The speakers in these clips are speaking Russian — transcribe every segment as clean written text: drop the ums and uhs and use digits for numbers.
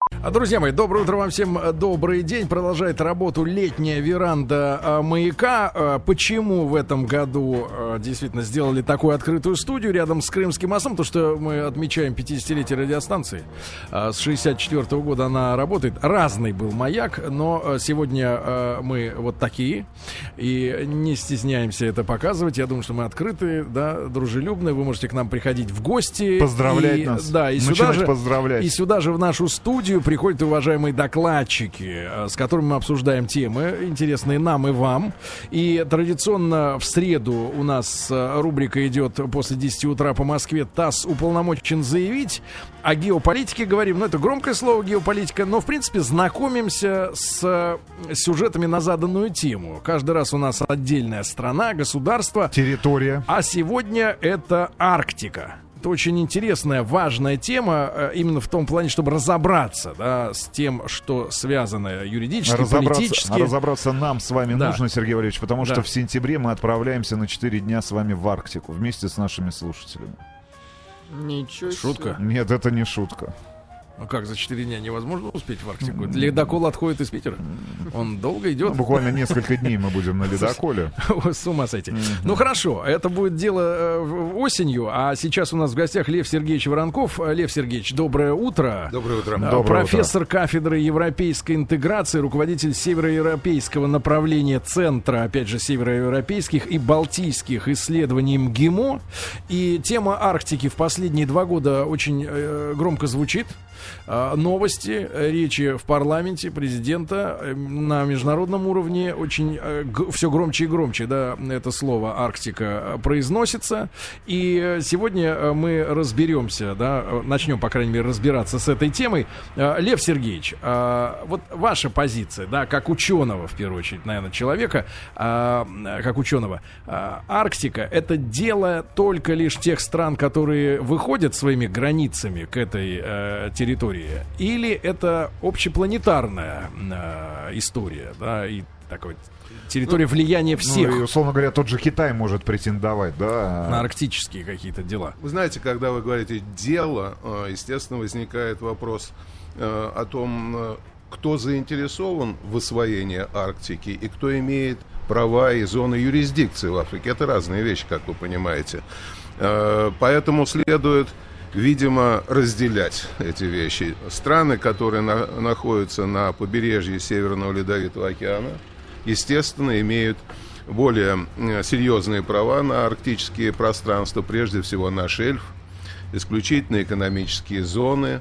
Друзья мои, доброе утро вам всем, добрый день. Продолжает работу летняя веранда «Маяка». Почему в этом году действительно сделали такую открытую студию рядом с Крымским мостом? Потому что мы отмечаем 50-летие радиостанции. С 64 года она работает. Разный был «Маяк», но сегодня мы вот такие. И не стесняемся это показывать. Я думаю, что мы открытые, да, дружелюбные. Вы можете к нам приходить в гости. Поздравлять нас. Да, и поздравлять. И сюда же в нашу студию приходят уважаемые докладчики, с которыми мы обсуждаем темы, интересные нам и вам. И традиционно в среду у нас рубрика идет после 10 утра по Москве «ТАСС уполномочен заявить». О геополитике говорим, это громкое слово геополитика, но в принципе знакомимся с сюжетами на заданную тему. Каждый раз у нас отдельная страна, государство. Территория. А сегодня это Арктика. Это очень интересная, важная тема, именно в том плане, чтобы разобраться, да, с тем, что связано юридически, политически. Разобраться нам с вами нужно, Сергей Валерьевич, потому что в сентябре мы отправляемся на 4 дня с вами в Арктику вместе с нашими слушателями. Ничего себе. Шутка? Нет, это не шутка. Ну как, за 4 дня невозможно успеть в Арктику? Ледокол отходит из Питера. Он долго идет. Буквально несколько дней мы будем на ледоколе. С ума сойти. Ну хорошо, это будет дело осенью. А сейчас у нас в гостях Лев Сергеевич Воронков. Лев Сергеевич, доброе утро. Доброе утро. Профессор кафедры европейской интеграции, руководитель североевропейского направления Центра, опять же, североевропейских и балтийских исследований МГИМО. И тема Арктики в последние 2 года очень громко звучит. Новости, речи в парламенте президента на международном уровне очень все громче и громче, да, это слово Арктика произносится. И сегодня мы разберемся, да, начнем, по крайней мере, разбираться с этой темой. Лев Сергеевич, вот ваша позиция, да, как ученого, в первую очередь, наверное, человека, как ученого, Арктика — это дело только лишь тех стран, которые выходят своими границами к этой территории, или это общепланетарная история, да, и такой территория влияния всех. Ну, и, условно говоря, тот же Китай может претендовать, да, на арктические какие-то дела. Вы знаете, когда вы говорите «дело», естественно, возникает вопрос о том, кто заинтересован в освоении Арктики и кто имеет права и зоны юрисдикции в Африке. Это разные вещи, как вы понимаете. Поэтому следует, видимо, разделять эти вещи. Страны, которые находятся на побережье Северного Ледовитого океана, естественно, имеют более серьезные права на арктические пространства, прежде всего на шельф, исключительно экономические зоны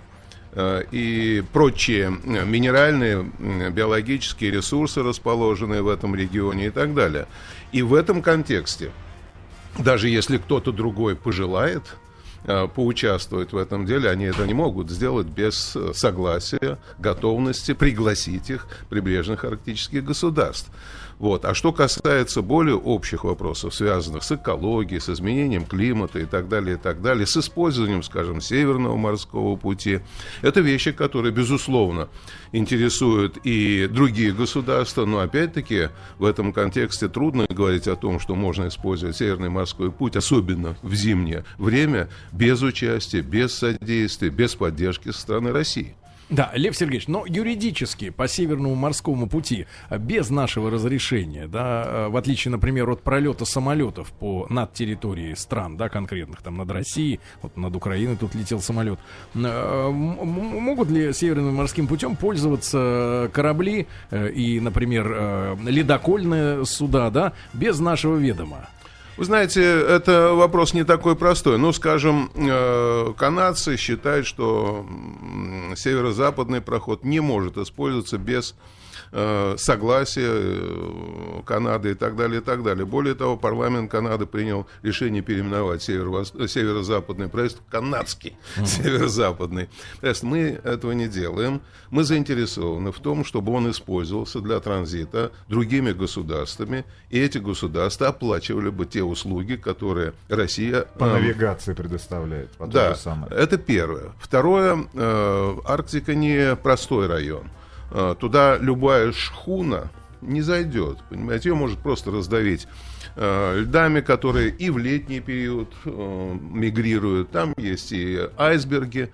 и прочие минеральные, биологические ресурсы, расположенные в этом регионе и так далее. И в этом контексте, даже если кто-то другой пожелает поучаствовать в этом деле, они это не могут сделать без согласия, готовности пригласить их, прибрежных арктических государств. Вот. А что касается более общих вопросов, связанных с экологией, с изменением климата и так далее, с использованием, скажем, Северного морского пути, это вещи, которые, безусловно, интересуют и другие государства, но, опять-таки, в этом контексте трудно говорить о том, что можно использовать Северный морской путь, особенно в зимнее время, без участия, без содействия, без поддержки со стороны России. Да, Лев Сергеевич, но юридически по Северному морскому пути без нашего разрешения, да, в отличие, например, от пролета самолетов над территорией стран, да, конкретных, там, над Россией, вот над Украиной тут летел самолет, могут ли Северным морским путем пользоваться корабли и, например, ледокольные суда, да, без нашего ведома? Вы знаете, это вопрос не такой простой. Ну, скажем, канадцы считают, что северо-западный проход не может использоваться без согласия Канады и так далее, и так далее. Более того, парламент Канады принял решение переименовать северо-западный проезд в канадский северо-западный. То есть мы этого не делаем. Мы заинтересованы в том, чтобы он использовался для транзита другими государствами, и эти государства оплачивали бы те услуги, которые Россия по навигации предоставляет. Да, это первое. Второе, Арктика не простой район. Туда любая шхуна не зайдет, понимаете, ее может просто раздавить льдами, которые и в летний период мигрируют. Там есть и айсберги.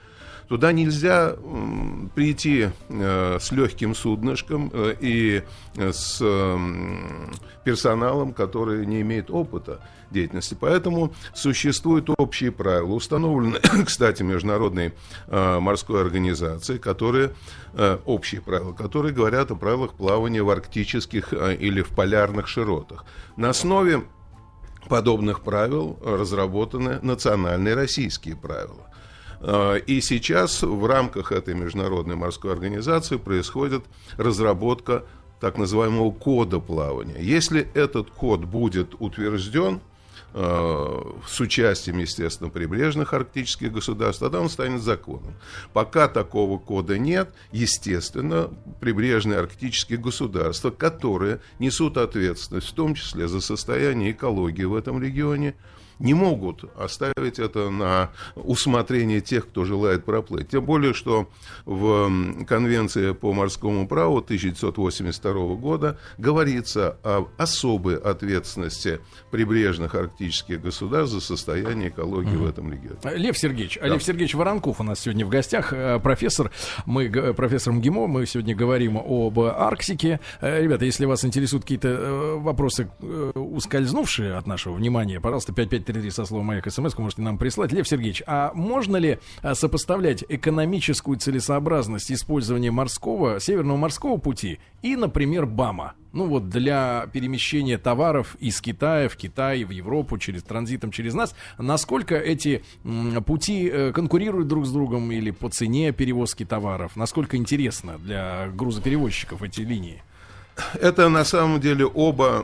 Туда нельзя прийти с легким суднышком и с персоналом, который не имеет опыта деятельности. Поэтому существуют общие правила, установлены, кстати, Международной морской организацией, общие правила, которые говорят о правилах плавания в арктических или в полярных широтах. На основе подобных правил разработаны национальные российские правила. И сейчас в рамках этой Международной морской организации происходит разработка так называемого кода плавания. Если этот код будет утвержден с участием, естественно, прибрежных арктических государств, тогда он станет законом. Пока такого кода нет, естественно, прибрежные арктические государства, которые несут ответственность, в том числе за состояние экологии в этом регионе, не могут оставить это на усмотрение тех, кто желает проплыть. Тем более, что в Конвенции по морскому праву 1982 года говорится о особой ответственности прибрежных арктических государств за состояние экологии в этом регионе. Лев Сергеевич, да. Лев Сергеевич Воронков у нас сегодня в гостях, профессор МГИМО. Мы сегодня говорим об Арктике. Ребята, если вас интересуют какие-то вопросы, ускользнувшие от нашего внимания, пожалуйста, 5533 со словом «Маяк» СМС-ку можете нам прислать. Лев Сергеевич, а можно ли сопоставлять экономическую целесообразность использования Северного морского пути и, например, БАМа? Ну вот для перемещения товаров из Китая в Китай, в Европу, транзитом через нас. Насколько эти пути конкурируют друг с другом или по цене перевозки товаров? Насколько интересно для грузоперевозчиков эти линии? Это на самом деле обе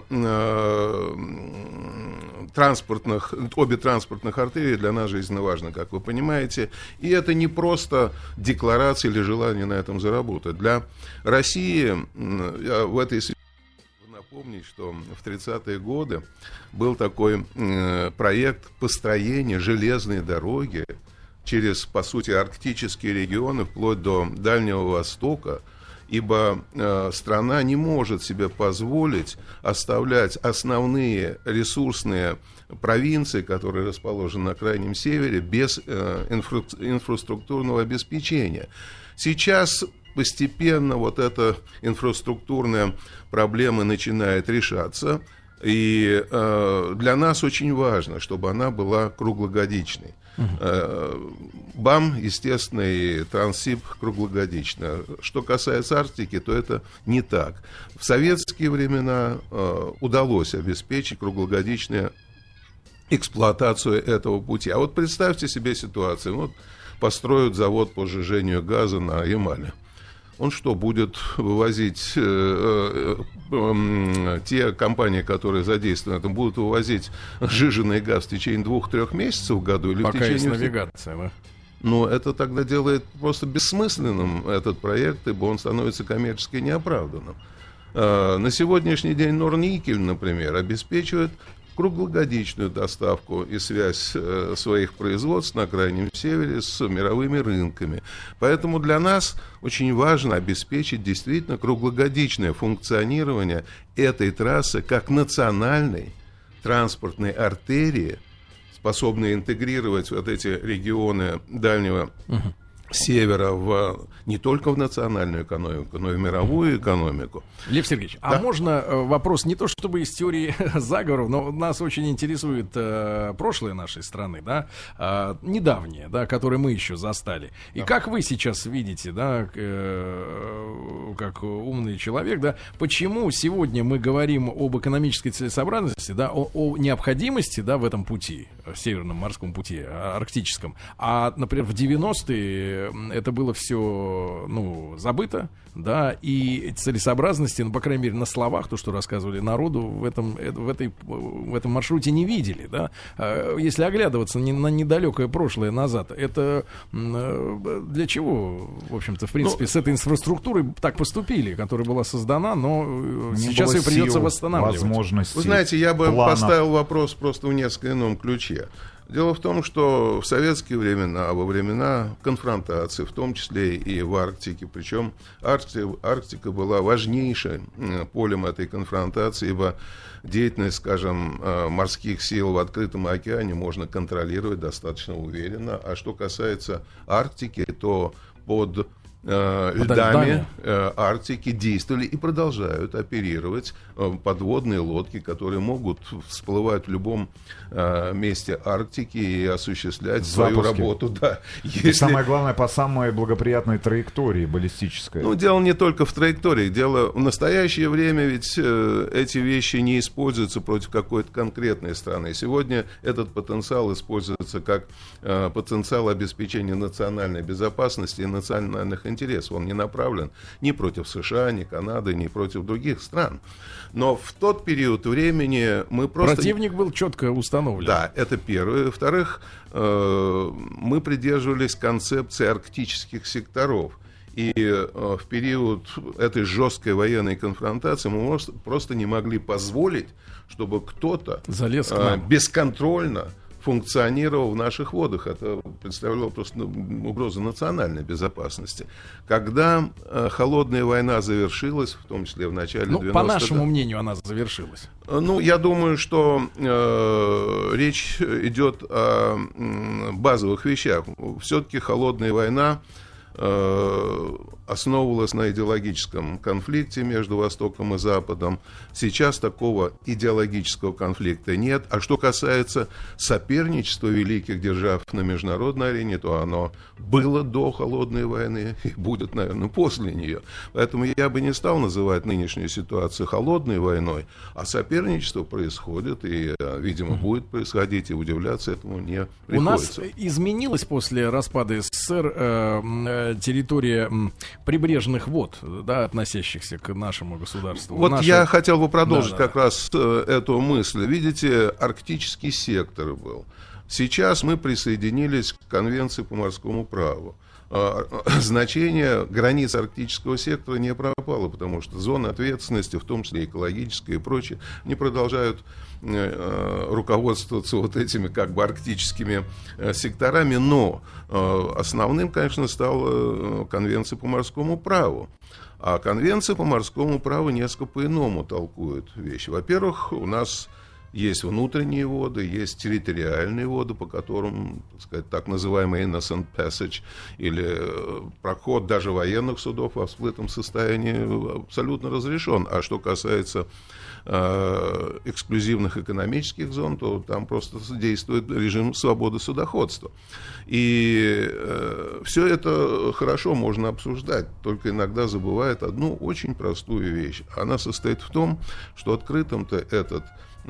транспортных артерии для нас жизненно важны, как вы понимаете. И это не просто декларация или желание на этом заработать. Для России в этой связи напомнить, что в 30-е годы был такой проект построения железной дороги через, по сути, арктические регионы вплоть до Дальнего Востока, ибо страна не может себе позволить оставлять основные ресурсные провинции, которые расположены на Крайнем Севере, без инфраструктурного обеспечения. Сейчас постепенно вот эта инфраструктурная проблема начинает решаться, и для нас очень важно, чтобы она была круглогодичной. БАМ, естественно, и Транссиб круглогодично. Что касается Арктики, то это не так. В советские времена удалось обеспечить круглогодичную эксплуатацию этого пути. А вот представьте себе ситуацию. Вот построят завод по сжижению газа на Ямале. Он что, будет вывозить, те компании, которые задействованы, это будут вывозить сжиженный газ в течение 2-3 месяцев в году? Или пока в течение... есть навигация, да? Но это тогда делает просто бессмысленным этот проект, ибо он становится коммерчески неоправданным. На сегодняшний день Норникель, например, обеспечивает круглогодичную доставку и связь своих производств на Крайнем Севере с мировыми рынками. Поэтому для нас очень важно обеспечить действительно круглогодичное функционирование этой трассы как национальной транспортной артерии, способной интегрировать вот эти регионы Дальнего Севера не только в национальную экономику, но и в мировую экономику. Лев Сергеевич, да? А можно вопрос не то чтобы из теории заговоров, но нас очень интересует прошлое нашей страны, да, недавнее, да, которое мы еще застали. И как вы сейчас видите, да, как умный человек, да, почему сегодня мы говорим об экономической целесообразности, да, о необходимости, да, в этом пути, в Северном морском пути, арктическом, а, например, в 90-е это было все, забыто, да, и целесообразности, по крайней мере, на словах, то, что рассказывали народу, в этом маршруте не видели, да. Если оглядываться на недалекое прошлое назад, это для чего, в общем-то, в принципе, с этой инфраструктурой так поступили, которая была создана, но сейчас ее придется восстанавливать. Вы знаете, я бы поставил вопрос просто в несколько ином ключе. друзья, дело в том, что в советские времена, во времена конфронтации, в том числе и в Арктике, причем Арктика была важнейшим полем этой конфронтации, ибо деятельность, скажем, морских сил в открытом океане можно контролировать достаточно уверенно. А что касается Арктики, то под льдами Арктики действовали и продолжают оперировать подводные лодки, которые могут всплывать в любом месте Арктики и осуществлять свою работу. Да, если... Самое главное, по самой благоприятной траектории баллистической. Ну, дело не только в траектории. Дело в настоящее время ведь эти вещи не используются против какой-то конкретной страны. Сегодня этот потенциал используется как потенциал обеспечения национальной безопасности и национальных интересов. Он не направлен ни против США, ни Канады, ни против других стран. Но в тот период времени мы просто... Противник был четко установлен. Да, это первое. Во-вторых, мы придерживались концепции арктических секторов. И в период этой жесткой военной конфронтации мы просто не могли позволить, чтобы кто-то залез к нам бесконтрольно функционировал в наших водах. Это представляло просто угрозу национальной безопасности. Когда холодная война завершилась, в том числе в начале 90-х... по нашему мнению, она завершилась. Ну, я думаю, что речь идет о базовых вещах. Все-таки холодная война основывалась на идеологическом конфликте между Востоком и Западом. Сейчас такого идеологического конфликта нет. А что касается соперничества великих держав на международной арене, то оно было до холодной войны и будет, наверное, после нее. Поэтому я бы не стал называть нынешнюю ситуацию холодной войной, а соперничество происходит и, видимо, будет происходить, и удивляться этому не приходится. У нас изменилась после распада СССР территория прибрежных вод, да, относящихся к нашему государству. Вот я хотел бы продолжить как раз эту мысль. Видите, арктический сектор был. Сейчас мы присоединились к Конвенции по морскому праву. Значение границ арктического сектора не пропало, потому что зоны ответственности, в том числе экологические и прочее, не продолжают руководствоваться вот этими как бы арктическими секторами, но основным, конечно, стала Конвенция по морскому праву. А Конвенция по морскому праву несколько по-иному толкует вещи. Во-первых, у нас есть внутренние воды, есть территориальные воды, по которым, так сказать, так называемый innocent passage, или проход даже военных судов во всплытом состоянии абсолютно разрешен. А что касается эксклюзивных экономических зон, то там просто действует режим свободы судоходства. И все это хорошо можно обсуждать, только иногда забывает одну очень простую вещь. Она состоит в том, что открытым-то этот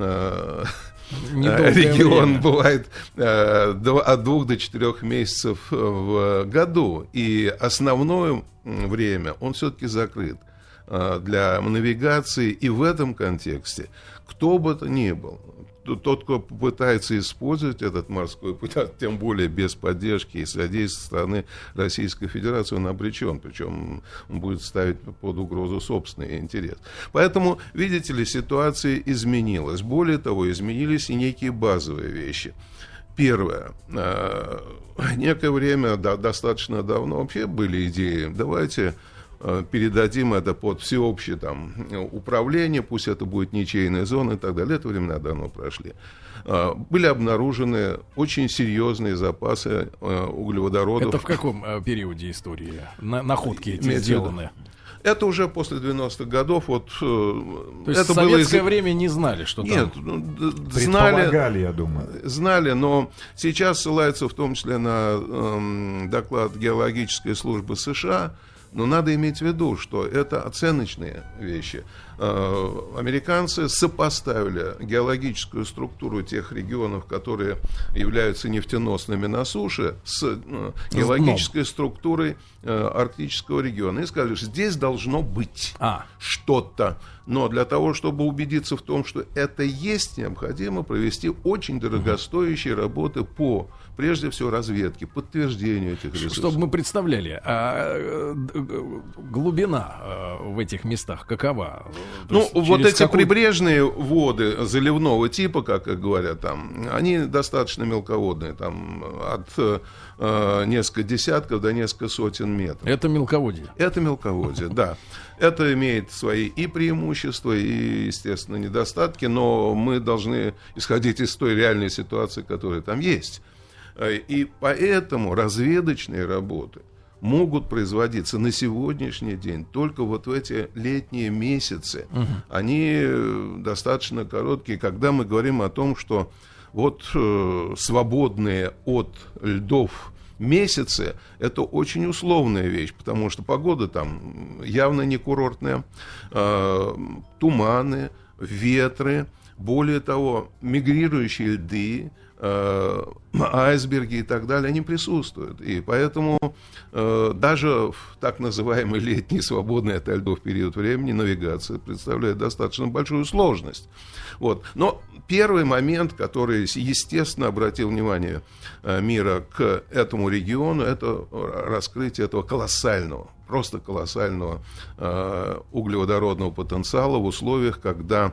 регион время бывает от 2 до 4 месяцев в году, и основное время он все-таки закрыт для навигации, и в этом контексте кто бы то ни был, тот, кто попытается использовать этот морской путь, тем более без поддержки и содействия со стороны Российской Федерации, он обречен, причем он будет ставить под угрозу собственный интерес. Поэтому, видите ли, ситуация изменилась. Более того, изменились и некие базовые вещи. Первое. Некое время, достаточно давно вообще были идеи, давайте передадим это под всеобщее там управление, пусть это будет ничейная зона и так далее. Это времена давно прошли. Были обнаружены очень серьезные запасы углеводородов. Это в каком периоде истории находки эти сделаны? Это уже после 90-х годов. Вот, то есть это в советское время не знали, что нет, там? Предполагали, я думаю. Знали, но сейчас ссылаются в том числе на доклад геологической службы США. Но надо иметь в виду, что это оценочные вещи. Американцы сопоставили геологическую структуру тех регионов, которые являются нефтеносными на суше, с геологической структурой арктического региона. И сказали, что здесь должно быть что-то. Но для того, чтобы убедиться в том, что это есть, необходимо провести очень дорогостоящие работы по, прежде всего, разведке, подтверждению этих ресурсов. Чтобы мы представляли, глубина в этих местах какова? Ну, вот эти прибрежные воды заливного типа, как говорят там, они достаточно мелководные, там от несколько десятков до несколько сотен метров. Это мелководье? Это мелководье, да. Это имеет свои и преимущества, и, естественно, недостатки, но мы должны исходить из той реальной ситуации, которая там есть. И поэтому разведочные работы могут производиться на сегодняшний день только вот в эти летние месяцы. Они достаточно короткие, когда мы говорим о том, что вот свободные от льдов месяцы — это очень условная вещь, потому что погода там явно не курортная, туманы, ветры, более того, мигрирующие льды, айсберги и так далее, они присутствуют. И поэтому даже в так называемый летний свободный от льдов период времени навигация представляет достаточно большую сложность. Вот. Но первый момент, который, естественно, обратил внимание мира к этому региону, это раскрытие этого колоссального, просто колоссального углеводородного потенциала в условиях, когда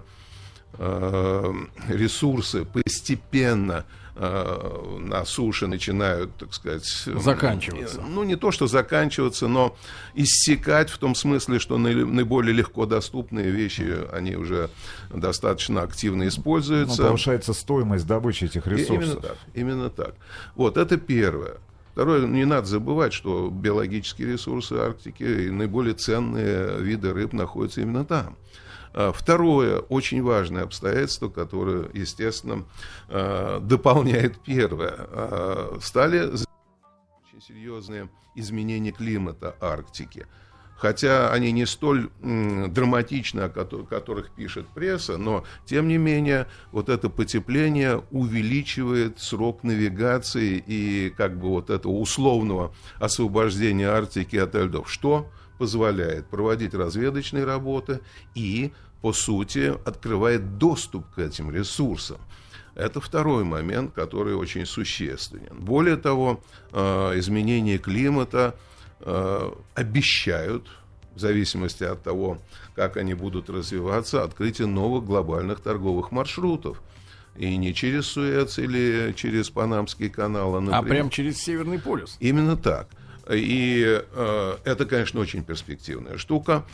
ресурсы постепенно на суше начинают, так сказать, заканчиваться. Ну, не то, что заканчиваться, но иссякать в том смысле, что наиболее легко доступные вещи, они уже достаточно активно используются. Но повышается стоимость добычи этих ресурсов. Именно так. Вот, это первое. Второе, не надо забывать, что биологические ресурсы Арктики и наиболее ценные виды рыб находятся именно там. Второе, очень важное обстоятельство, которое, естественно, дополняет первое. Стали очень серьезные изменения климата Арктики. Хотя они не столь драматичны, о которых пишет пресса, но, тем не менее, вот это потепление увеличивает срок навигации и как бы вот этого условного освобождения Арктики от льдов, что позволяет проводить разведочные работы и, по сути, открывает доступ к этим ресурсам. Это второй момент, который очень существенен. Более того, изменения климата обещают, в зависимости от того, как они будут развиваться, открытие новых глобальных торговых маршрутов. И не через Суэц или через Панамский канал, а прямо через Северный полюс. Именно так. И это, конечно, очень перспективная штука,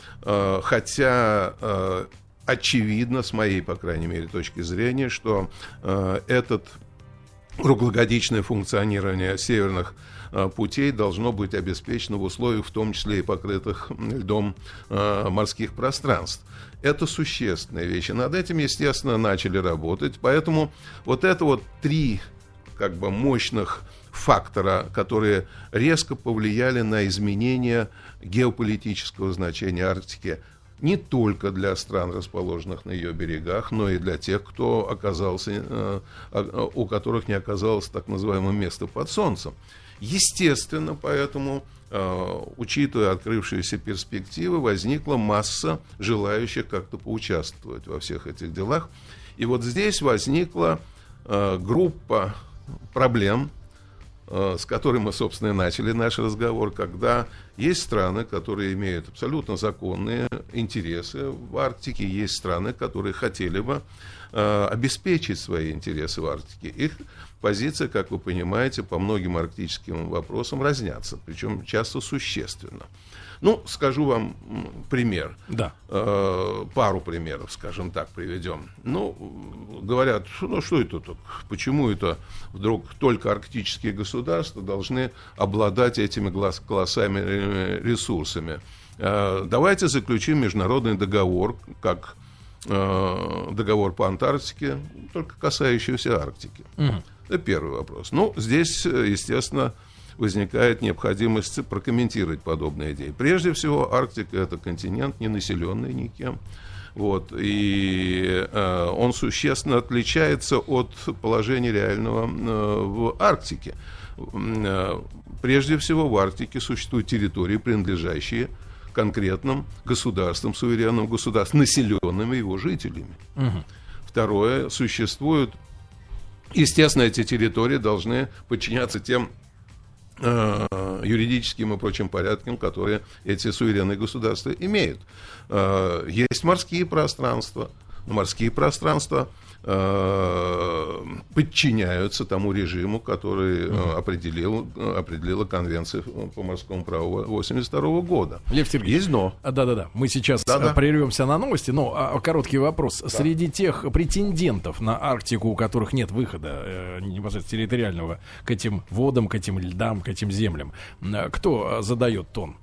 хотя очевидно, с моей, по крайней мере, точки зрения, что этот круглогодичное функционирование северных путей должно быть обеспечено в условиях, в том числе и покрытых льдом морских пространств. Это существенные вещи. Над этим, естественно, начали работать. Поэтому вот это вот три как бы мощных фактора, которые резко повлияли на изменение геополитического значения Арктики не только для стран, расположенных на ее берегах, но и для тех, кто оказался, у которых не оказалось так называемого места под солнцем. Естественно, поэтому, учитывая открывшиеся перспективы, возникла масса желающих как-то поучаствовать во всех этих делах. И вот здесь возникла группа проблем, с которой мы, собственно, и начали наш разговор, когда есть страны, которые имеют абсолютно законные интересы в Арктике, есть страны, которые хотели бы обеспечить свои интересы в Арктике. Их позиции, как вы понимаете, по многим арктическим вопросам разнятся, причем часто существенно. Ну, скажу вам пример. Да. Пару примеров, скажем так, приведем. Ну, говорят, ну что это тут? Почему это вдруг только арктические государства должны обладать этими колоссальными ресурсами? Давайте заключим международный договор, как договор по Антарктике, только касающийся Арктики. Это первый вопрос. Ну, здесь, естественно, возникает необходимость прокомментировать подобные идеи. Прежде всего, Арктика — это континент, не населенный никем. Вот, и он существенно отличается от положения реального в Арктике. Прежде всего, в Арктике существуют территории, принадлежащие конкретным государствам, суверенным государствам, населенными его жителями. Второе, существуют, естественно, эти территории должны подчиняться тем юридическим и прочим порядкам, которые эти суверенные государства имеют. Есть морские пространства. Морские пространства подчиняются тому режиму, который определила Конвенция по морскому праву 1982 года. Лев Сергеевич, есть но. Да-да-да. Мы сейчас прервемся на новости, но короткий вопрос. Да. Среди тех претендентов на Арктику, у которых нет выхода непосредственно территориального к этим водам, к этим льдам, к этим землям, кто задает тон?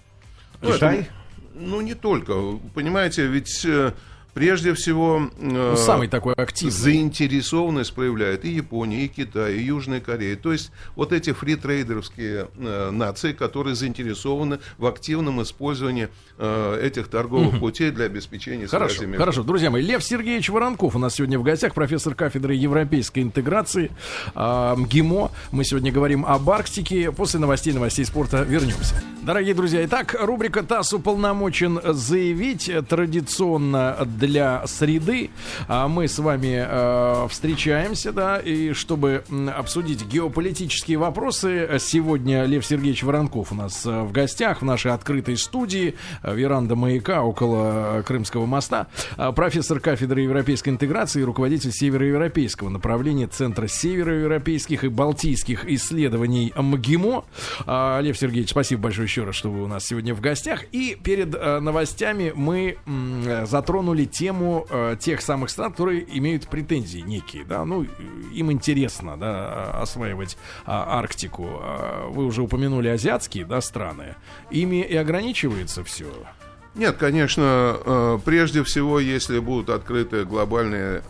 Китай? Не только. Понимаете, ведь... Прежде всего, самый такой активный. Заинтересованность проявляет и Япония, и Китай, и Южная Корея. То есть вот эти фритрейдерские нации, которые заинтересованы в активном использовании этих торговых путей для обеспечения связи между... Хорошо, друзья мои. Лев Сергеевич Воронков у нас сегодня в гостях, профессор кафедры европейской интеграции МГИМО. Мы сегодня говорим об Арктике. После новостей спорта вернемся. Дорогие друзья, итак, рубрика «ТАСС уполномочен заявить» традиционно для среды. Мы с вами встречаемся, да, и чтобы обсудить геополитические вопросы, сегодня Лев Сергеевич Воронков у нас в гостях в нашей открытой студии, веранда «Маяка» около Крымского моста, профессор кафедры европейской интеграции и руководитель североевропейского направления Центра североевропейских и балтийских исследований МГИМО. Лев Сергеевич, спасибо большое еще раз, что вы у нас сегодня в гостях. И перед новостями мы затронули тему тех самых стран, которые имеют претензии некие, да, им интересно, да, осваивать Арктику. Вы уже упомянули азиатские, да, страны. Ими и ограничивается все. Нет, конечно, прежде всего, если будут открыты глобальные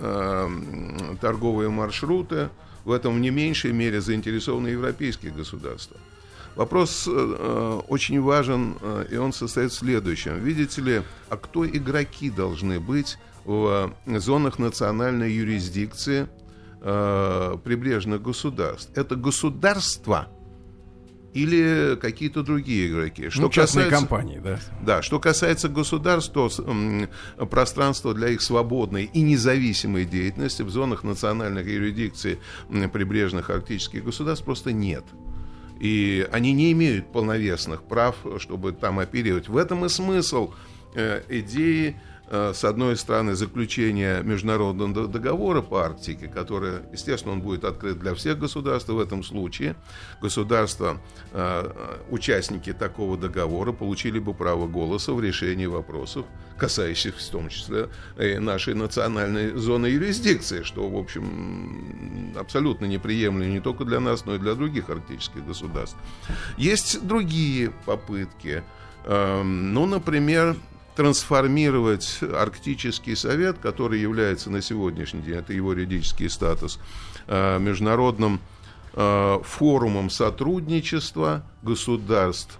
торговые маршруты, в этом в не меньшей мере заинтересованы европейские государства. Вопрос очень важен, и он состоит в следующем. Видите ли, а кто игроки должны быть в зонах национальной юрисдикции прибрежных государств? Это государства или какие-то другие игроки? Что частные компании, да? Да, что касается государств, то пространство для их свободной и независимой деятельности в зонах национальной юрисдикции прибрежных арктических государств просто нет. И они не имеют полновесных прав, чтобы там оперировать. В этом и смысл идеи, с одной стороны, заключения международного договора по Арктике, который, естественно, он будет открыт для всех государств. В этом случае государства, участники такого договора, получили бы право голоса в решении вопросов, касающихся в том числе и нашей национальной зоны юрисдикции, что, в общем, абсолютно неприемлемо не только для нас, но и для других арктических государств. Есть другие попытки. Например, трансформировать Арктический совет, который является на сегодняшний день, это его юридический статус, международным форумом сотрудничества государств,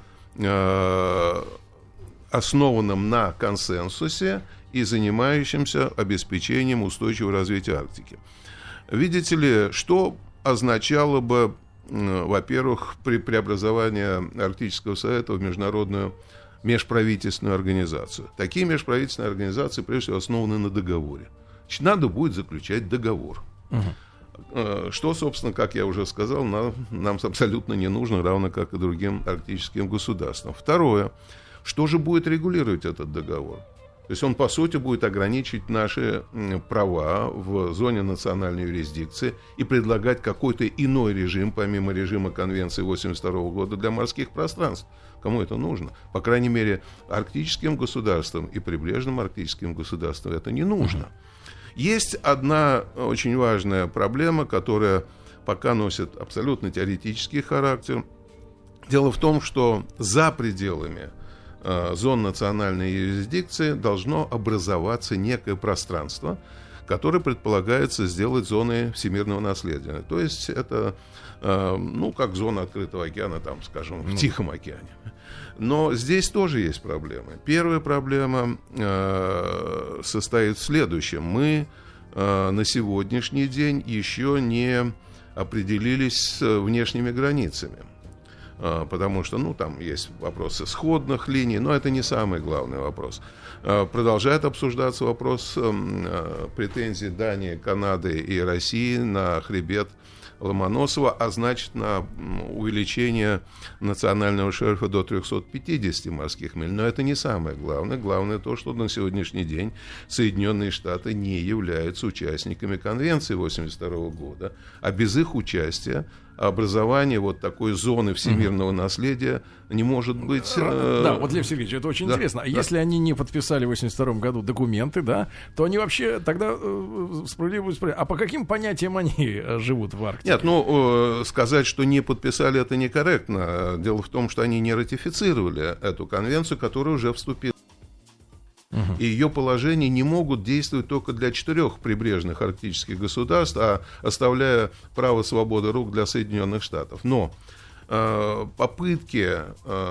основанным на консенсусе и занимающимся обеспечением устойчивого развития Арктики. Видите ли, что означало бы, во-первых, при преобразовании Арктического совета в международную межправительственную организацию? Такие межправительственные организации, прежде всего, основаны на договоре. Значит, надо будет заключать договор. Что, собственно, как я уже сказал, нам абсолютно не нужно, равно как и другим арктическим государствам. Второе. Что же будет регулировать этот договор? То есть он, по сути, будет ограничивать наши права в зоне национальной юрисдикции и предлагать какой-то иной режим, помимо режима Конвенции 1982 года, для морских пространств. Кому это нужно? По крайней мере, арктическим государствам и прибрежным арктическим государствам это не нужно. Есть одна очень важная проблема, которая пока носит абсолютно теоретический характер. Дело в том, что за пределами зон национальной юрисдикции должно образоваться некое пространство, которое предполагается сделать зоной всемирного наследия. То есть это, как зона открытого океана, там, скажем, в Тихом океане. Но здесь тоже есть проблемы. Первая проблема состоит в следующем. Мы на сегодняшний день еще не определились с внешними границами. Потому что, там есть вопросы сходных линий, но это не самый главный вопрос. Продолжает обсуждаться вопрос претензий Дании, Канады и России на хребет Ломоносова, а значит на увеличение национального шельфа до 350 морских миль. Но это не самое главное. Главное то, что на сегодняшний день Соединенные Штаты не являются участниками Конвенции 1982 года, а без их участия образование вот такой зоны всемирного наследия не может быть... Да, вот, Лев Сергеевич, это очень интересно. А если они не подписали в 1982 году документы, да, то они вообще тогда справедливо... А по каким понятиям они живут в Арктике? Нет, сказать, что не подписали, это некорректно. Дело в том, что они не ратифицировали эту конвенцию, которая уже вступила. И ее положения не могут действовать только для 4 прибрежных арктических государств, а оставляя право свободы рук для Соединенных Штатов. Но попытки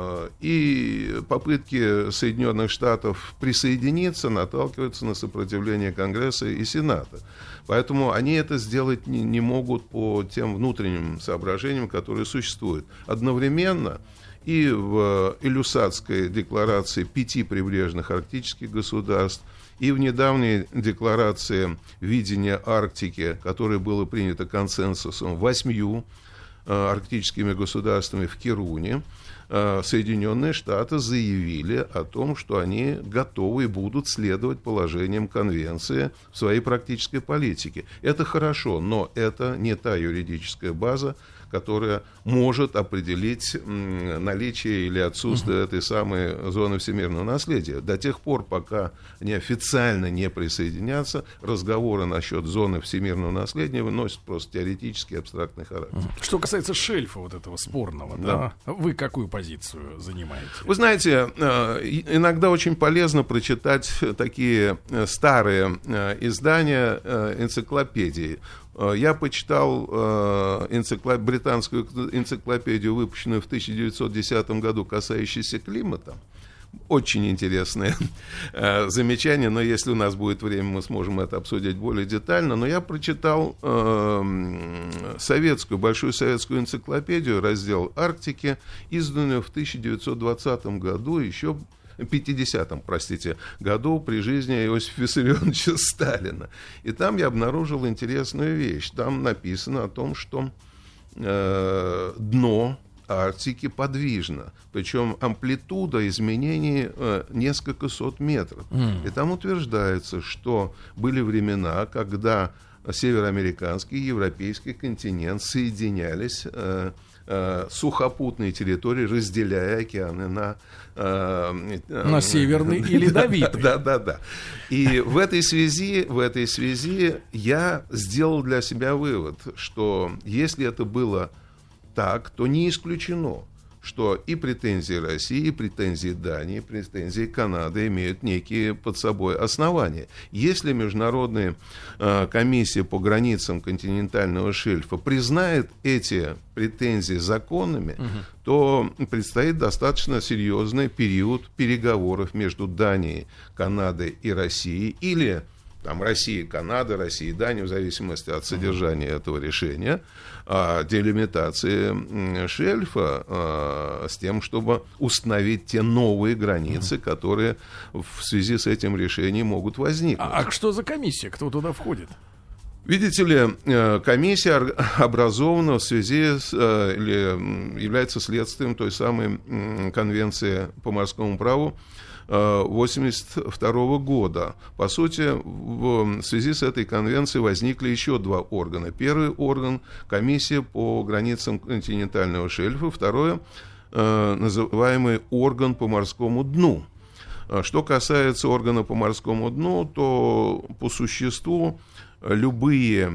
Соединенных Штатов присоединиться наталкиваются на сопротивление Конгресса и Сената. Поэтому они это сделать не могут по тем внутренним соображениям, которые существуют. Одновременно и в Илюссатской декларации 5 прибрежных арктических государств, и в недавней декларации видения Арктики, которая была принята консенсусом 8 арктическими государствами в Кируне, Соединенные Штаты заявили о том, что они готовы и будут следовать положениям Конвенции в своей практической политике. Это хорошо, но это не та юридическая база, которая может определить наличие или отсутствие этой самой зоны всемирного наследия. До тех пор, пока они официально не присоединятся, разговоры насчет зоны всемирного наследия выносят просто теоретический абстрактный характер. Что касается шельфа вот этого спорного, да, вы какую позицию занимаете? Вы знаете, иногда очень полезно прочитать такие старые издания энциклопедии. Я почитал британскую энциклопедию, выпущенную в 1910 году, касающуюся климата. Очень интересное замечание, но если у нас будет время, мы сможем это обсудить более детально. Но я прочитал большую советскую энциклопедию, раздел Арктики, изданную в 1920 году, еще в 50-м, году при жизни Иосифа Виссарионовича Сталина. И там я обнаружил интересную вещь. Там написано о том, что дно Арктики подвижно, причем амплитуда изменений несколько сот метров. И там утверждается, что были времена, когда североамериканский и европейский континент соединялись, сухопутные территории, разделяя океаны на северный и ледовитый. Да. И в этой связи я сделал для себя вывод, что если это было так, то не исключено, что и претензии России, и претензии Дании, и претензии Канады имеют некие под собой основания. Если Международная комиссия по границам континентального шельфа признает эти претензии законными, то предстоит достаточно серьезный период переговоров между Данией, Канадой и Россией, или там Россия, Канада, Россия, Дания, в зависимости от содержания этого решения, делимитации шельфа с тем, чтобы установить те новые границы, которые в связи с этим решением могут возникнуть. А что за комиссия? Кто туда входит? Видите ли, комиссия образована в связи с, или является следствием той самой конвенции по морскому праву 1982 года. По сути, в связи с этой конвенцией возникли еще 2 органа. Первый орган – комиссия по границам континентального шельфа. Второе – называемый орган по морскому дну. Что касается органа по морскому дну, то по существу любое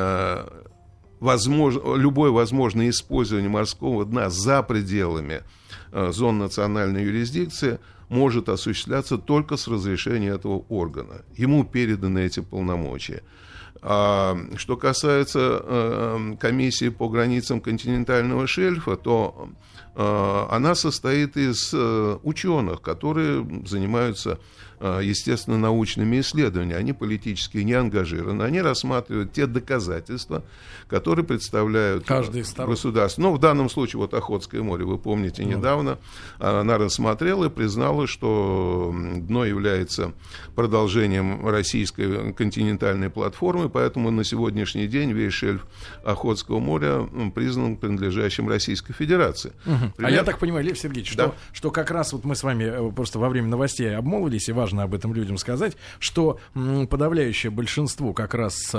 возможное использование морского дна за пределами зон национальной юрисдикции может осуществляться только с разрешения этого органа. Ему переданы эти полномочия. Что касается комиссии по границам континентального шельфа, то она состоит из ученых, которые занимаются, естественно, научными исследованиями. Они политически не ангажированы, они рассматривают те доказательства, которые представляют государство. Ну, в данном случае, вот Охотское море, вы помните, недавно она рассмотрела и признала, что дно является продолжением российской континентальной платформы, поэтому на сегодняшний день весь шельф Охотского моря признан принадлежащим Российской Федерации. А я так понимаю, Лев Сергеевич, что как раз вот мы с вами просто во время новостей обмолвились, и важно об этом людям сказать, что подавляющее большинство как раз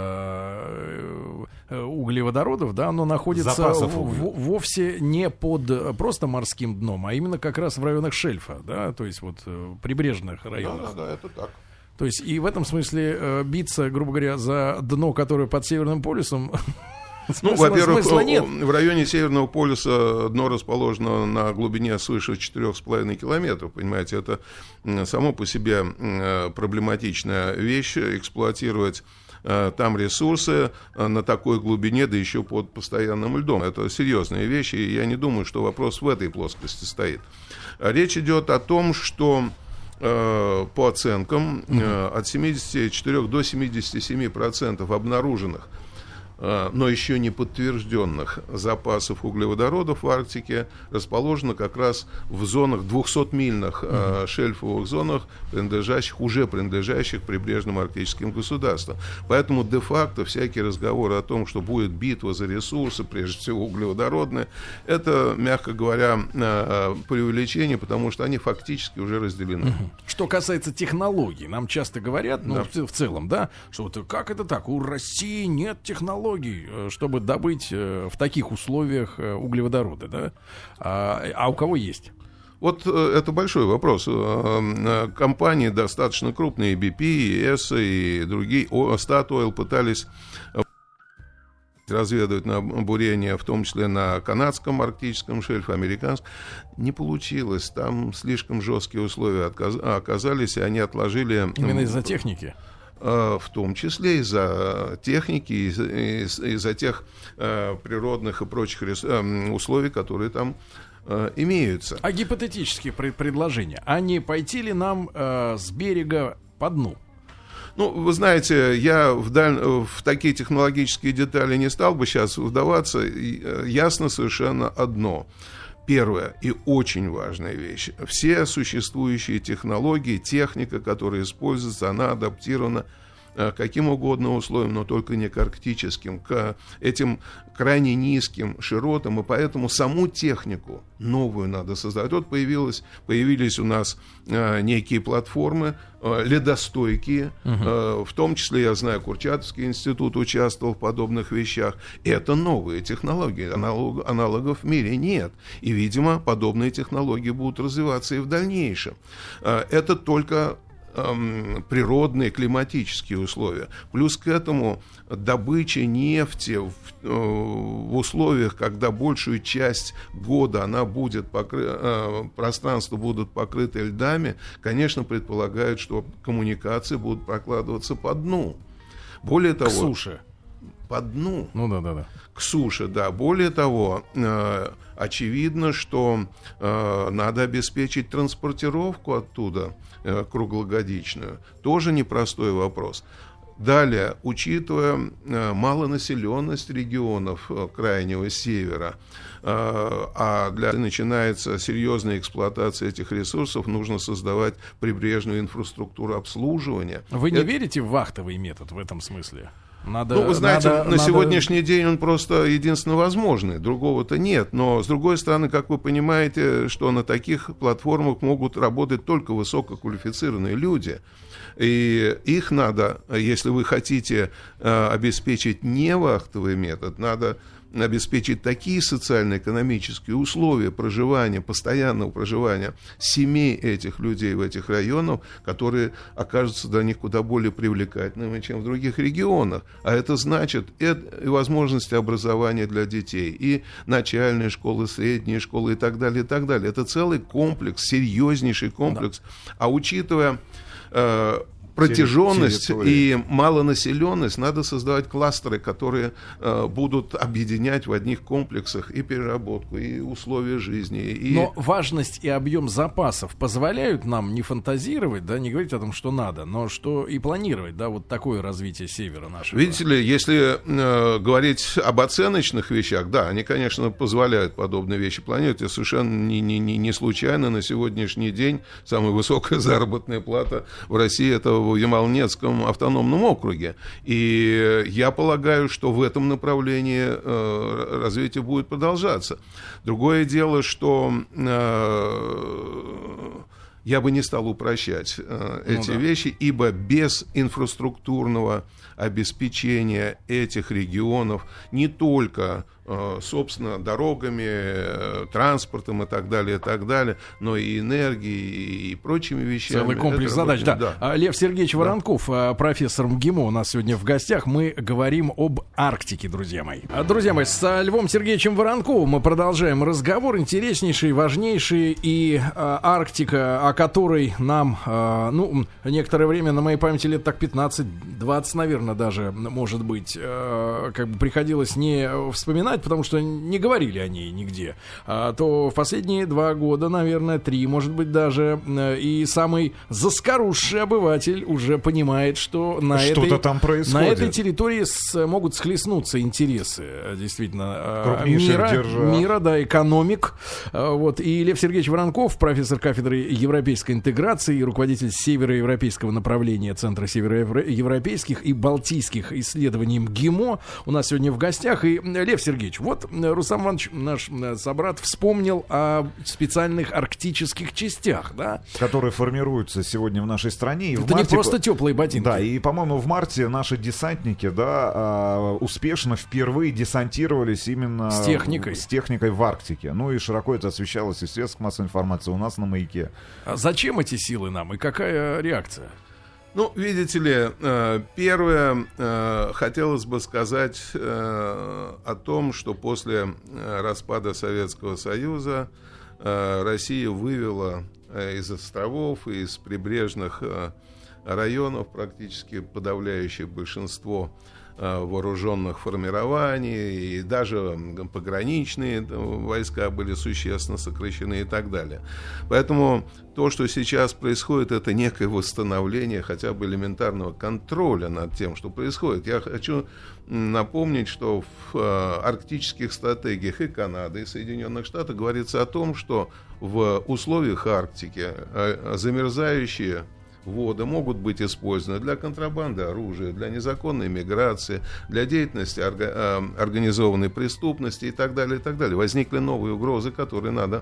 углеводородов, да, оно находится вовсе не под просто морским дном, а именно как раз в районах шельфа, да, то есть вот прибрежных районах. Да, это так. То есть и в этом смысле биться, грубо говоря, за дно, которое под Северным полюсом... Ну, во-первых, в районе Северного полюса дно расположено на глубине свыше 4,5 километров. Понимаете, это само по себе проблематичная вещь, эксплуатировать там ресурсы на такой глубине, да еще под постоянным льдом. Это серьезные вещи, и я не думаю, что вопрос в этой плоскости стоит. Речь идет о том, что по оценкам от 74 до 77% обнаруженных, но еще не подтвержденных запасов углеводородов в Арктике расположено как раз в зонах, 200-мильных шельфовых зонах, уже принадлежащих прибрежным арктическим государствам. Поэтому де-факто всякие разговоры о том, что будет битва за ресурсы, прежде всего углеводородные, это, мягко говоря, преувеличение, потому что они фактически уже разделены. Что касается технологий, нам часто говорят, ну, в целом, да, что вот как это так, у России нет технологий, чтобы добыть в таких условиях углеводороды, да? А у кого есть? Вот это большой вопрос. Компании достаточно крупные, BP, и ESSA и другие, Statoil пытались разведывать бурение, в том числе на канадском арктическом шельфе, американском. Не получилось. Там слишком жесткие условия оказались, и они отложили... Именно из-за техники? В том числе из-за техники, из-за тех природных и прочих условий, которые там имеются. А гипотетические предложения, а не пойти ли нам с берега по дну? Ну, вы знаете, я в такие технологические детали не стал бы сейчас вдаваться. Ясно совершенно одно. Первая и очень важная вещь. Все существующие технологии, техника, которая используется, она адаптирована к каким угодно условиям, но только не к арктическим, к этим крайне низким широтам, и поэтому саму технику новую надо создавать. Вот появились у нас некие платформы, ледостойкие, в том числе, я знаю, Курчатовский институт участвовал в подобных вещах. Это новые технологии, аналогов в мире нет. И, видимо, подобные технологии будут развиваться и в дальнейшем. Это только природные климатические условия. Плюс к этому добыча нефти в условиях, когда большую часть года она будет пространства будут покрыты льдами, конечно, предполагают, что коммуникации будут прокладываться по дну. Более того, к суше. По дну. Ну да. К суше, да. Более того, очевидно, что надо обеспечить транспортировку оттуда круглогодичную. Тоже непростой вопрос. Далее, учитывая малонаселенность регионов крайнего севера, начинается серьезная эксплуатация этих ресурсов, нужно создавать прибрежную инфраструктуру обслуживания. Вы не верите в вахтовый метод в этом смысле? Вы знаете, на сегодняшний день он просто единственно возможный, другого-то нет. Но, с другой стороны, как вы понимаете, что на таких платформах могут работать только высококвалифицированные люди. И их надо, если вы хотите обеспечить не вахтовый метод, надо обеспечить такие социально-экономические условия проживания, постоянного проживания семей этих людей в этих районах, которые окажутся для них куда более привлекательными, чем в других регионах. А это значит и возможности образования для детей, и начальные школы, средние школы и так далее, и так далее. Это целый комплекс, серьезнейший комплекс. Да. А учитывая протяженность и малонаселенность, надо создавать кластеры, которые будут объединять в одних комплексах и переработку, и условия жизни. Но важность и объем запасов позволяют нам не фантазировать, да, не говорить о том, что надо, но что и планировать, да, вот такое развитие севера нашего. Видите ли, если говорить об оценочных вещах, да, они, конечно, позволяют подобные вещи планировать, и совершенно не случайно на сегодняшний день самая высокая заработная плата в России — это в Ямало-Ненецком автономном округе. И я полагаю, что в этом направлении развитие будет продолжаться. Другое дело, что я бы не стал упрощать эти вещи, ибо без инфраструктурного обеспечения этих регионов не только, собственно, дорогами, транспортом и так далее, но и энергией и прочими вещами. Целый комплекс задач, да. Лев Сергеевич Воронков, профессор МГИМО, у нас сегодня в гостях. Мы говорим об Арктике, друзья мои. Друзья мои, с Львом Сергеевичем Воронковым мы продолжаем разговор. Интереснейший, важнейший. И Арктика, о которой нам, некоторое время, на моей памяти, лет так 15-20, наверное, даже, может быть, как бы приходилось не вспоминать, потому что не говорили о ней нигде, то в последние 2 года, наверное, 3, может быть, даже, и самый заскорузший обыватель уже понимает, что на этой территории могут схлестнуться интересы, действительно, мира, да, экономик. Вот. И Лев Сергеевич Воронков, профессор кафедры европейской интеграции и руководитель североевропейского направления Центра североевропейских и балтийских исследований МГИМО, у нас сегодня в гостях. И, Лев Сергеевич, вот Рустам Иванович, наш собрат, вспомнил о специальных арктических частях, да? Которые формируются сегодня в нашей стране. И это не просто теплые ботинки. Да, и, по-моему, в марте наши десантники, успешно впервые десантировались именно с техникой в Арктике. Ну и широко это освещалось и в средствах массовой информации, у нас на «Маяке». А зачем эти силы нам и какая реакция? Ну, видите ли, первое, хотелось бы сказать о том, что после распада Советского Союза Россия вывела из островов и из прибрежных районов практически подавляющее большинство вооруженных формирований, и даже пограничные войска были существенно сокращены и так далее. Поэтому то, что сейчас происходит, это некое восстановление хотя бы элементарного контроля над тем, что происходит. Я хочу напомнить, что в арктических стратегиях и Канады, и Соединенных Штатов говорится о том, что в условиях Арктики замерзающие воды могут быть использованы для контрабанды оружия, для незаконной миграции, для деятельности организованной преступности и так далее, и так далее. Возникли новые угрозы, которым надо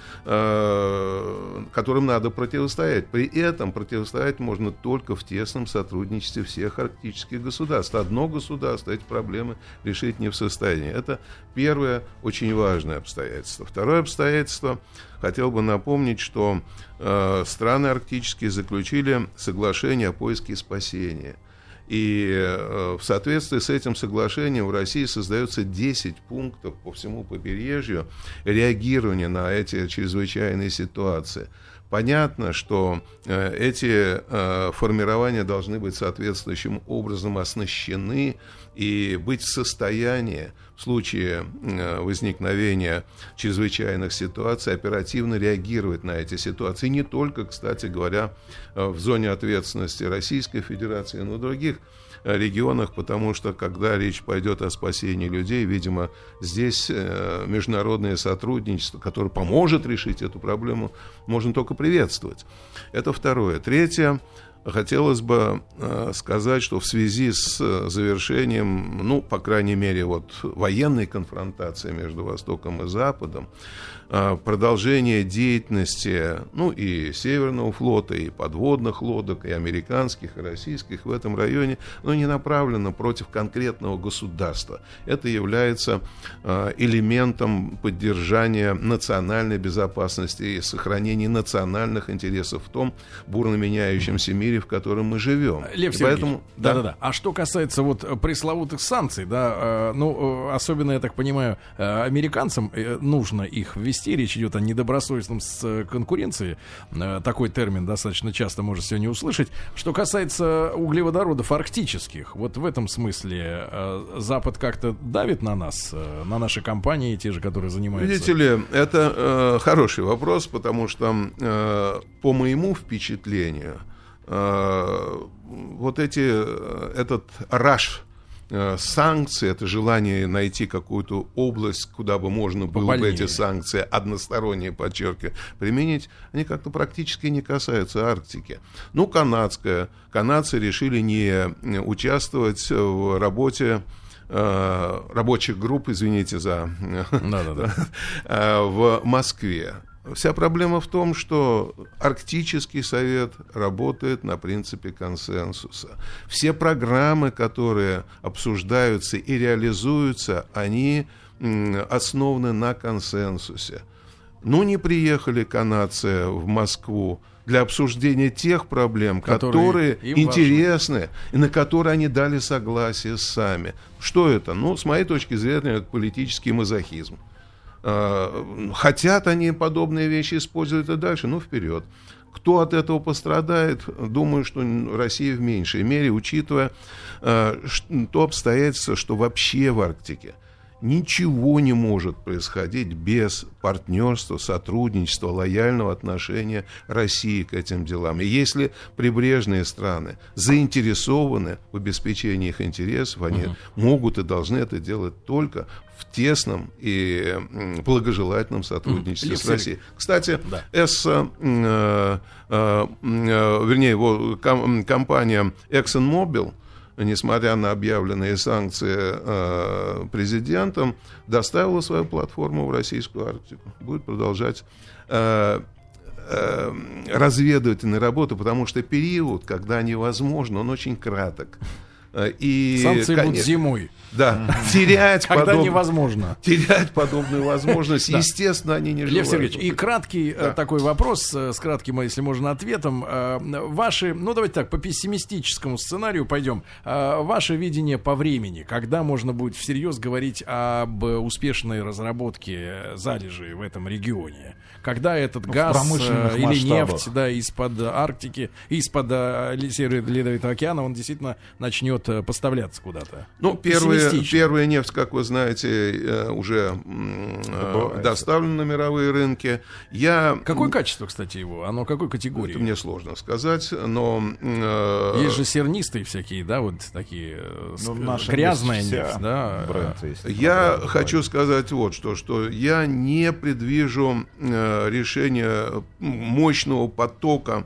противостоять. При этом противостоять можно только в тесном сотрудничестве всех арктических государств. Одно государство эти проблемы решить не в состоянии. Это первое очень важное обстоятельство. Второе обстоятельство. Хотел бы напомнить, что страны арктические заключили соглашение о поиске и спасении. И в соответствии с этим соглашением в России создается 10 пунктов по всему побережью реагирования на эти чрезвычайные ситуации. Понятно, что эти формирования должны быть соответствующим образом оснащены и быть в состоянии в случае возникновения чрезвычайных ситуаций оперативно реагировать на эти ситуации. Не только, кстати говоря, в зоне ответственности Российской Федерации, но и в других регионах, потому что, когда речь пойдет о спасении людей, видимо, здесь международное сотрудничество, которое поможет решить эту проблему, можно только приветствовать. Это второе. Третье. Хотелось бы сказать, что в связи с завершением, по крайней мере, военной конфронтации между Востоком и Западом, продолжение деятельности, и Северного флота, и подводных лодок, и американских, и российских в этом районе, не направлено против конкретного государства. Это является элементом поддержания национальной безопасности и сохранения национальных интересов в том бурно меняющемся мире, мире, в котором мы живем. Лев Сергеевич, поэтому, да. А что касается вот пресловутых санкций, да, ну, особенно, я так понимаю, американцам нужно их ввести. Речь идет о недобросовестном конкуренции. Такой термин достаточно часто можно сегодня услышать. Что касается углеводородов арктических, вот в этом смысле Запад как-то давит на нас, на наши компании, те же, которые занимаются... Видите ли, это хороший вопрос, потому что, по моему впечатлению, вот этот раш санкций, это желание найти какую-то область, куда бы можно было бы эти санкции односторонние, подчеркиваю, применить, они как-то практически не касаются Арктики. Ну, канадцы решили не участвовать в работе рабочих групп, извините за... в Москве. Вся проблема в том, что Арктический совет работает на принципе консенсуса. Все программы, которые обсуждаются и реализуются, они основаны на консенсусе. Ну, не приехали канадцы в Москву для обсуждения тех проблем, которые интересны, и на которые они дали согласие сами. Что это? Ну, с моей точки зрения, это политический мазохизм. Хотят они подобные вещи использовать и дальше, ну, вперед. Кто от этого пострадает? Думаю, что Россия в меньшей мере, учитывая то обстоятельство, что вообще в Арктике ничего не может происходить без партнерства, сотрудничества, лояльного отношения России к этим делам. И если прибрежные страны заинтересованы в обеспечении их интересов, они могут и должны это делать только в тесном и благожелательном сотрудничестве с Россией. Кстати, компания ExxonMobil, несмотря на объявленные санкции президентом, доставила свою платформу в российскую Арктику. Будет продолжать разведывательную работу, потому что период, когда невозможно, он очень краток. И, санкции будут зимой. Да, терять невозможно. Терять подобную возможность, естественно, они не желают. Лев Сергеевич, и краткий такой вопрос, с кратким, если можно, ответом. Ваши, ну давайте так, по пессимистическому сценарию пойдем. Ваше видение по времени, когда можно будет всерьез говорить об успешной разработке залежей в этом регионе? Когда этот газ или нефть из-под Арктики, из-под Ледовитого океана, он действительно начнет поставляться куда-то? Ну, первая нефть, как вы знаете, уже доставлена на мировые рынки. Какое качество, кстати, его? Оно какой категории? Это мне сложно сказать, но... Есть же сернистые всякие, да, вот такие грязная нефть, да? Я хочу сказать вот что я не предвижу решения мощного потока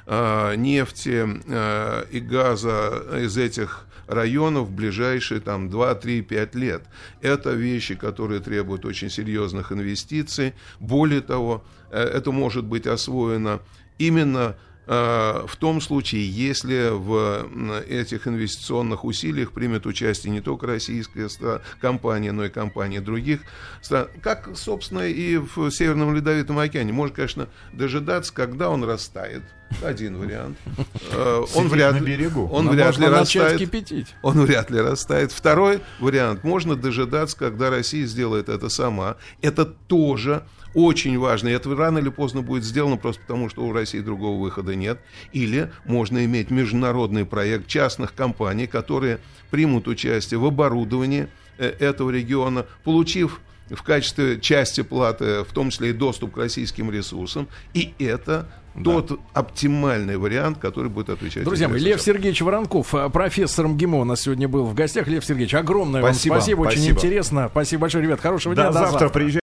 нефти и газа из этих районов в ближайшие 2, 3, 5 лет. Это вещи, которые требуют очень серьезных инвестиций. Более того, это может быть освоено именно в том случае, если в этих инвестиционных усилиях примет участие не только российская компания, но и компании других стран, как, собственно, и в Северном Ледовитом океане. Можно, конечно, дожидаться, когда он растает. Один вариант. Он вряд ли растает. Он вряд ли растает. Второй вариант. Можно дожидаться, когда Россия сделает это сама. Это тоже очень важно. И это рано или поздно будет сделано просто потому, что у России другого выхода нет. Или можно иметь международный проект частных компаний, которые примут участие в оборудовании этого региона, получив в качестве части платы, в том числе и доступ к российским ресурсам. И это тот оптимальный вариант, который будет отвечать. Друзья мои, Лев Сергеевич Воронков, профессор МГИМО, у нас сегодня был в гостях. Лев Сергеевич, огромное вам спасибо. Очень интересно. Спасибо большое, ребят. Хорошего дня. До завтра. Приезжайте.